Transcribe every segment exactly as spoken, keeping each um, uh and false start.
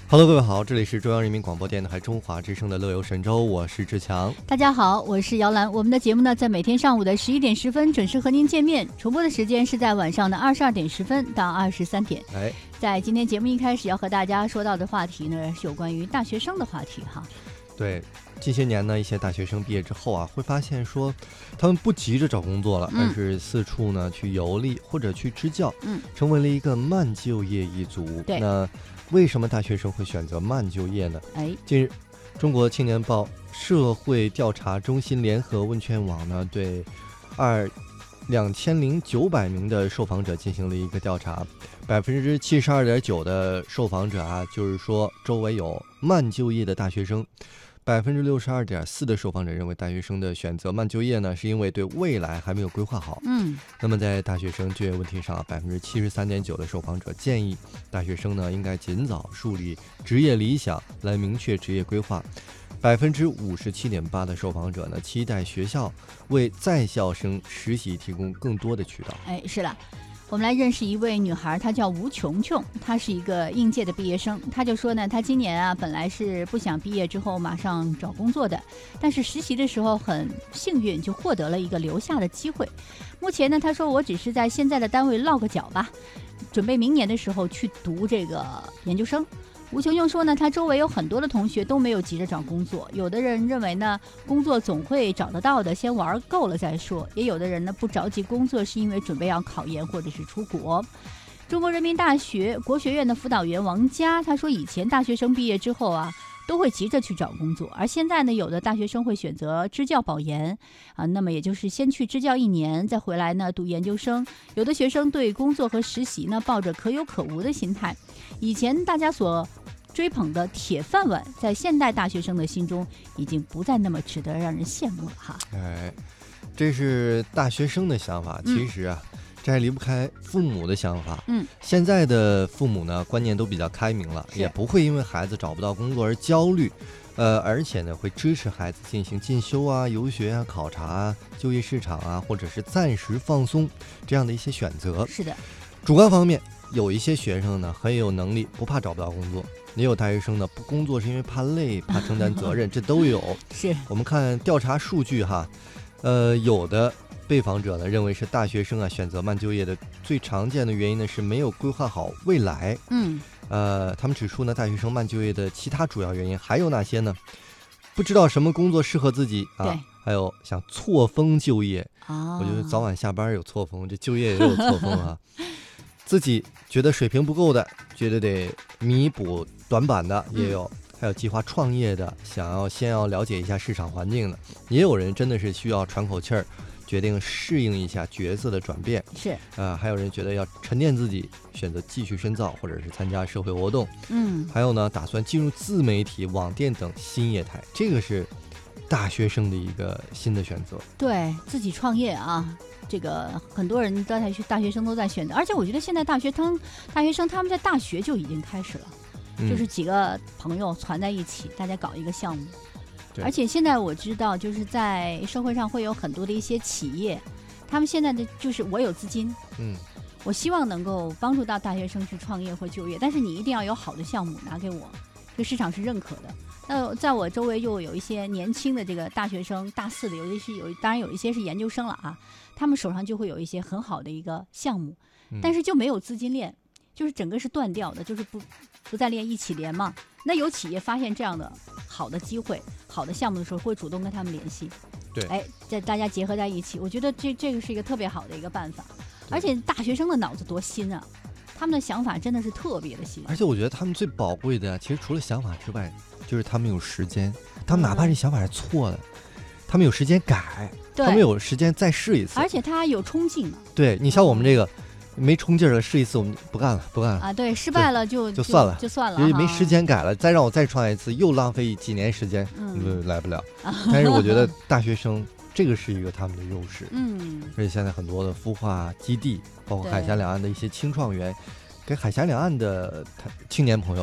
Hello， 各位好，这里是中央人民广播电台中华之声的乐游神州，我是志强。 大家好，我是姚兰。我们的节目呢，在每天上午的十一点十分准时和您见面，重播的时间是在晚上的二十二点十分到二十三点。 哎， 在今天节目一开始要和大家说到的话题呢，是有关于大学生的话题哈。 对，近些年呢，一些大学生毕业之后啊，会发现说，他们不急着找工作了， 嗯、 而是四处呢去游历或者去支教， 嗯， 成为了一个慢就业一族。 对， 那为什么大学生会选择慢就业呢？ 哎， 近日，中国青年报社会调查中心联合问卷网呢，对二两千零九百名的受访者进行了一个调查，百分之七十二点九的受访者啊，就是说周围有慢就业的大学生。百分之六十二点四的受访者认为，大学生的选择慢就业呢，是因为对未来还没有规划好。 嗯， 那么在大学生就业问题上，百分之七十三点九的受访者建议大学生呢，应该尽早树立职业理想，来明确职业规划。百分之五十七点八的受访者呢，期待学校为在校生实习提供更多的渠道。 哎，是的。我们来认识一位女孩，她叫吴琼琼，她是一个应届的毕业生。她就说呢，她今年啊本来是不想毕业之后马上找工作的，但是实习的时候很幸运，就获得了一个留下的机会。目前呢，她说我只是在现在的单位落个脚吧，准备明年的时候去读这个研究生。吴琼琼说呢，他周围有很多的同学都没有急着找工作，有的人认为呢，工作总会找得到的，先玩够了再说；也有的人呢，不着急工作，是因为准备要考研或者是出国。中国人民大学国学院的辅导员王佳他说，以前大学生毕业之后啊，都会急着去找工作，而现在呢，有的大学生会选择支教保研啊，那么也就是先去支教一年，再回来呢读研究生。有的学生对工作和实习呢，抱着可有可无的心态。以前大家所追捧的铁饭碗，在现代大学生的心中已经不再那么值得让人羡慕了哈。 哎，这是大学生的想法，其实啊。嗯这还离不开父母的想法。 嗯， 现在的父母呢，观念都比较开明了，也不会因为孩子找不到工作而焦虑，呃，而且呢，会支持孩子进行进修啊、游学啊、考察啊、就业市场啊，或者是暂时放松这样的一些选择。 是的， 主观方面，有一些学生呢很有能力，不怕找不到工作；也有大学生呢不工作是因为怕累、怕承担责任，这都有。 是我们看调查数据哈，呃，有的。被访者呢认为是大学生啊选择慢就业的最常见的原因呢是没有规划好未来。 嗯， 呃，他们指出呢，大学生慢就业的其他主要原因还有哪些呢？不知道什么工作适合自己啊，还有想错峰就业。 哦， 我觉得早晚下班有错峰，这就业也有错峰啊。自己觉得水平不够的，觉得得弥补短板的也有。嗯，还有计划创业的，想要先要了解一下市场环境的，也有人真的是需要喘口气儿，决定适应一下角色的转变。 是， 呃，还有人觉得要沉淀自己，选择继续深造，或者是参加社会活动。 嗯， 还有呢，打算进入自媒体、网店等新业态，这个是大学生的一个新的选择。 对自己创业啊。这个很多人大学大学生都在选择，而且我觉得现在大学生大学生他们在大学就已经开始了。就是几个朋友攒在一起，大家搞一个项目。而且现在我知道，就是在社会上会有很多的一些企业，他们现在的就是我有资金， 嗯， 我希望能够帮助到大学生去创业或就业，但是你一定要有好的项目拿给我，这个市场是认可的。那在我周围又有一些年轻的这个大学生，大四的，有一些有，当然有一些是研究生了啊，他们手上就会有一些很好的一个项目，但是就没有资金链。就是整个是断掉的，就是不不再连一起连嘛。那有企业发现这样的好的机会、好的项目的时候，会主动跟他们联系。 对， 哎，在大家结合在一起，我觉得这这个是一个特别好的一个办法。而且大学生的脑子多新啊，他们的想法真的是特别的新。 而且我觉得他们最宝贵的，其实除了想法之外，就是他们有时间。他们哪怕这想法是错的，嗯、他们有时间改，他们有时间再试一次。 而且他有冲劲嘛。 对你像我们这个。嗯没冲劲儿了，试一次我们不干了，不干了啊！对，失败了就就算了， 就算了， 因为没时间改了，再让我再创一次，又浪费几年时间，嗯，来不了。但是我觉得大学生这个是一个他们的优势， 嗯， 而且现在很多的孵化基地，包括海峡两岸的一些青创园，给海峡两岸的青年朋友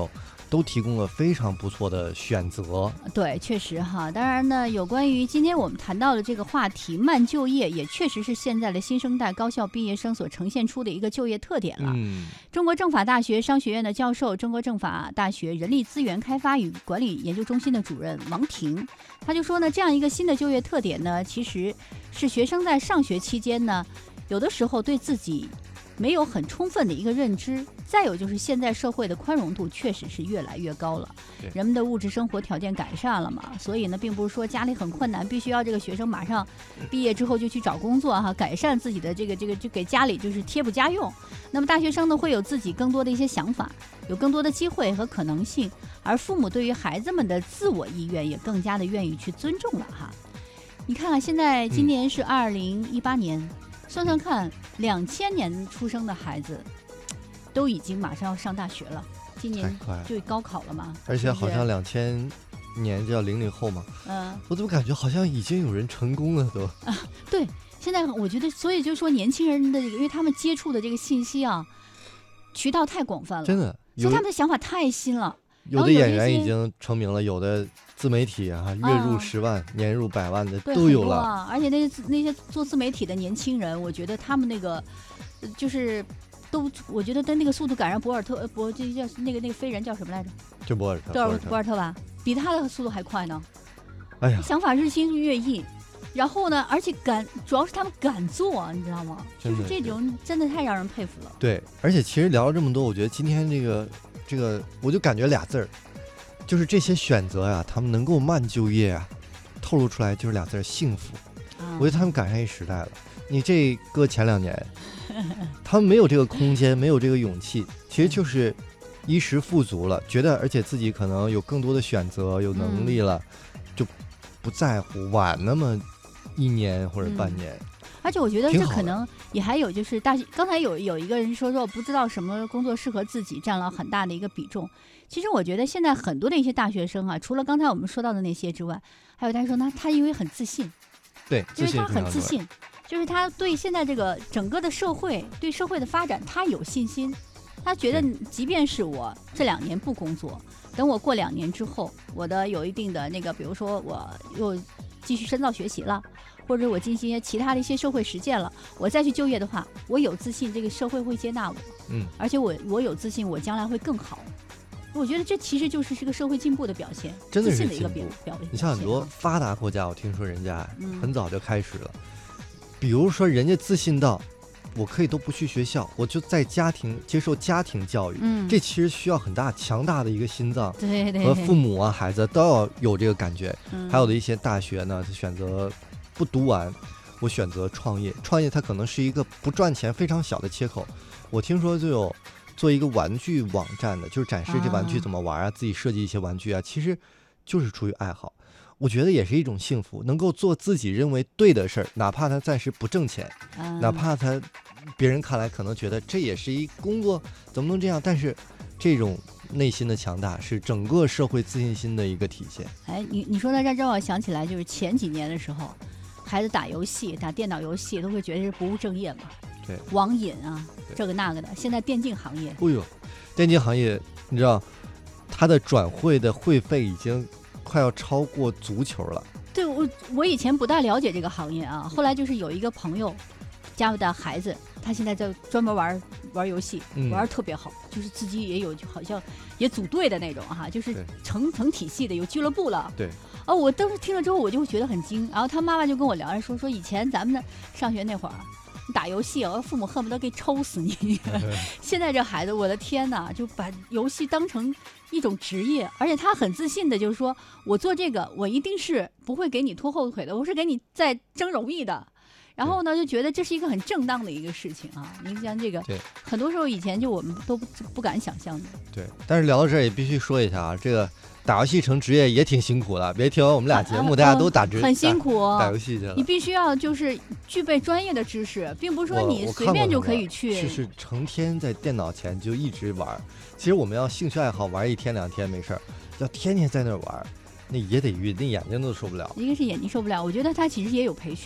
都提供了非常不错的选择。 对，确实哈。当然呢，有关于今天我们谈到的这个话题，慢就业，也确实是现在的新生代高校毕业生所呈现出的一个就业特点了。 嗯， 中国政法大学商学院的教授，中国政法大学人力资源开发与管理研究中心的主任王婷，他就说呢，这样一个新的就业特点呢，其实是学生在上学期间呢，有的时候对自己没有很充分的一个认知，再有就是现在社会的宽容度确实是越来越高了，人们的物质生活条件改善了嘛，所以呢，并不是说家里很困难，必须要这个学生马上毕业之后就去找工作哈，改善自己的这个这个就给家里就是贴补家用。那么大学生呢，会有自己更多的一些想法，有更多的机会和可能性，而父母对于孩子们的自我意愿也更加的愿意去尊重了哈。你看看现在今年是二零一八年。嗯，算算看，两千年出生的孩子都已经马上要上大学了，今年就高考了嘛。 而且好像两千年叫零零后嘛，嗯，我怎么感觉好像已经有人成功了都啊？对，现在我觉得，所以就说年轻人的这个，因为他们接触的这个信息啊，渠道太广泛了， 真的， 所以他们的想法太新了。 有的演员已经成名了，有的自媒体啊，月入十万、啊、年入百万的都有了。 啊、而且那些那些做自媒体的年轻人，我觉得他们那个就是都，我觉得跟那个速度赶上博尔特，博这叫那个那个飞人叫什么来着？ 就博尔特， 博尔博尔特吧，比他的速度还快呢。 哎呀， 想法日新月异，然后呢，而且敢，主要是他们敢做，你知道吗？就是这种真的太让人佩服了。 对，而且其实聊了这么多，我觉得今天这个。这个我就感觉俩字儿，就是这些选择呀、啊，他们能够慢就业啊，透露出来就是俩字儿幸福。嗯、我觉得他们赶上一时代了。你这搁前两年，他们没有这个空间，没有这个勇气，其实就是衣食富足了，觉得而且自己可能有更多的选择，有能力了，嗯、就不在乎晚那么一年或者半年。嗯， 而且我觉得这可能也还有就是大学，刚才有有一个人说说不知道什么工作适合自己，占了很大的一个比重。其实我觉得现在很多的一些大学生啊，除了刚才我们说到的那些之外，还有他说呢，他因为很自信， 对， 因为他很自信，就是他对现在这个整个的社会，对社会的发展，他有信心。他觉得即便是我这两年不工作，等我过两年之后，我的有一定的那个，比如说我又继续深造学习了。或者我进行一些其他的一些社会实践了，我再去就业的话，我有自信，这个社会会接纳我，嗯，而且我我有自信，我将来会更好。我觉得这其实就是这个社会进步的表现， 真的是自信的一个表表现。 你像很多发达国家，我听说人家很早就开始了，嗯、比如说人家自信到我可以都不去学校，我就在家庭接受家庭教育，嗯，这其实需要很大强大的一个心脏， 对对， 和父母啊孩子都要有这个感觉。嗯、还有的一些大学呢，选择。不读完，我选择创业。创业它可能是一个不赚钱非常小的切口。我听说就有做一个玩具网站的，就是展示这玩具怎么玩啊，啊自己设计一些玩具啊，其实就是出于爱好。我觉得也是一种幸福，能够做自己认为对的事儿，哪怕它暂时不挣钱，嗯、哪怕它别人看来可能觉得这也是一工作，怎么能这样？但是这种内心的强大是整个社会自信心的一个体现。 哎，你你说到这让我想起来，就是前几年的时候。孩子打游戏、打电脑游戏都会觉得是不务正业嘛， 对， 网瘾啊，这个那个的。现在电竞行业， 哎呦，电竞行业，你知道，它的转会的会费已经快要超过足球了。 对，我我以前不大了解这个行业啊，后来就是有一个朋友家的孩子，他现在在专门玩玩游戏，玩得特别好，嗯、就是自己也有就好像也组队的那种哈、啊，就是成成体系的，有俱乐部了。 对。 哦，我当时听了之后，我就会觉得很惊。然后他妈妈就跟我聊着说，说以前咱们的上学那会儿，打游戏，我父母恨不得给抽死你。现在这孩子，我的天哪，就把游戏当成一种职业，而且他很自信的，就是说我做这个，我一定是不会给你拖后腿的，我是给你在争荣誉的。然后呢，就觉得这是一个很正当的一个事情啊。您像这个， 对， 很多时候以前就我们都不不敢想象的。 对，但是聊到这儿也必须说一下啊，这个打游戏成职业也挺辛苦的。别听完我们俩节目，啊、大家都打职、 嗯、很辛苦打，打游戏去了。 你必须要就是具备专业的知识，并不是说你随便就可以去。 就是成天在电脑前就一直玩。其实我们要兴趣爱好玩一天两天没事儿，要天天在那玩，那也得晕，那眼睛都受不了。 一个是眼睛受不了，我觉得他其实也有培训的。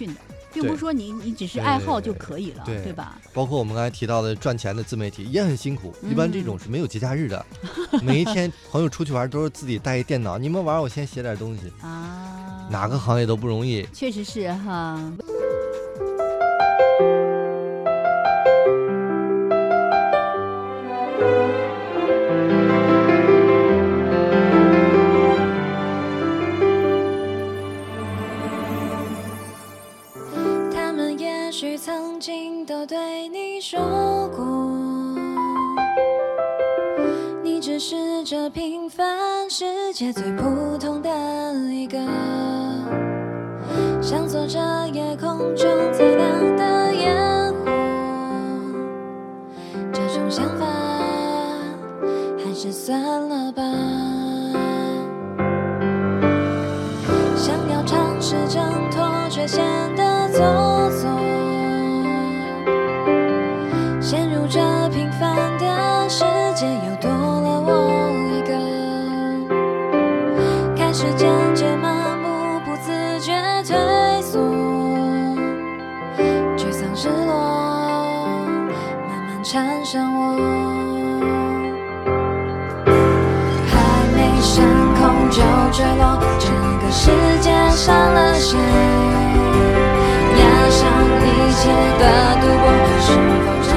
并不是说你你只是爱好就可以了， 对, 对, 对吧？ 包括我们刚才提到的赚钱的自媒体也很辛苦， 嗯、 一般这种是没有节假日的，每一天朋友出去玩都是自己带一电脑，你们玩我先写点东西啊， 哪个行业都不容易， 确实是哈。 曾经都对你说过，你只是这平凡世界最普通的一个，像做着夜空中最亮的烟火。这种想法还是算了吧，想要尝试挣脱却显得做作，陷入这平凡的世界，又多了我一个，开始渐渐麻木，不自觉退缩，沮丧失落慢慢缠上我，还没升空就坠落，这个世界少了谁，押上一切的赌博，是否真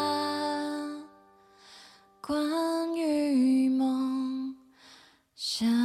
关于梦想。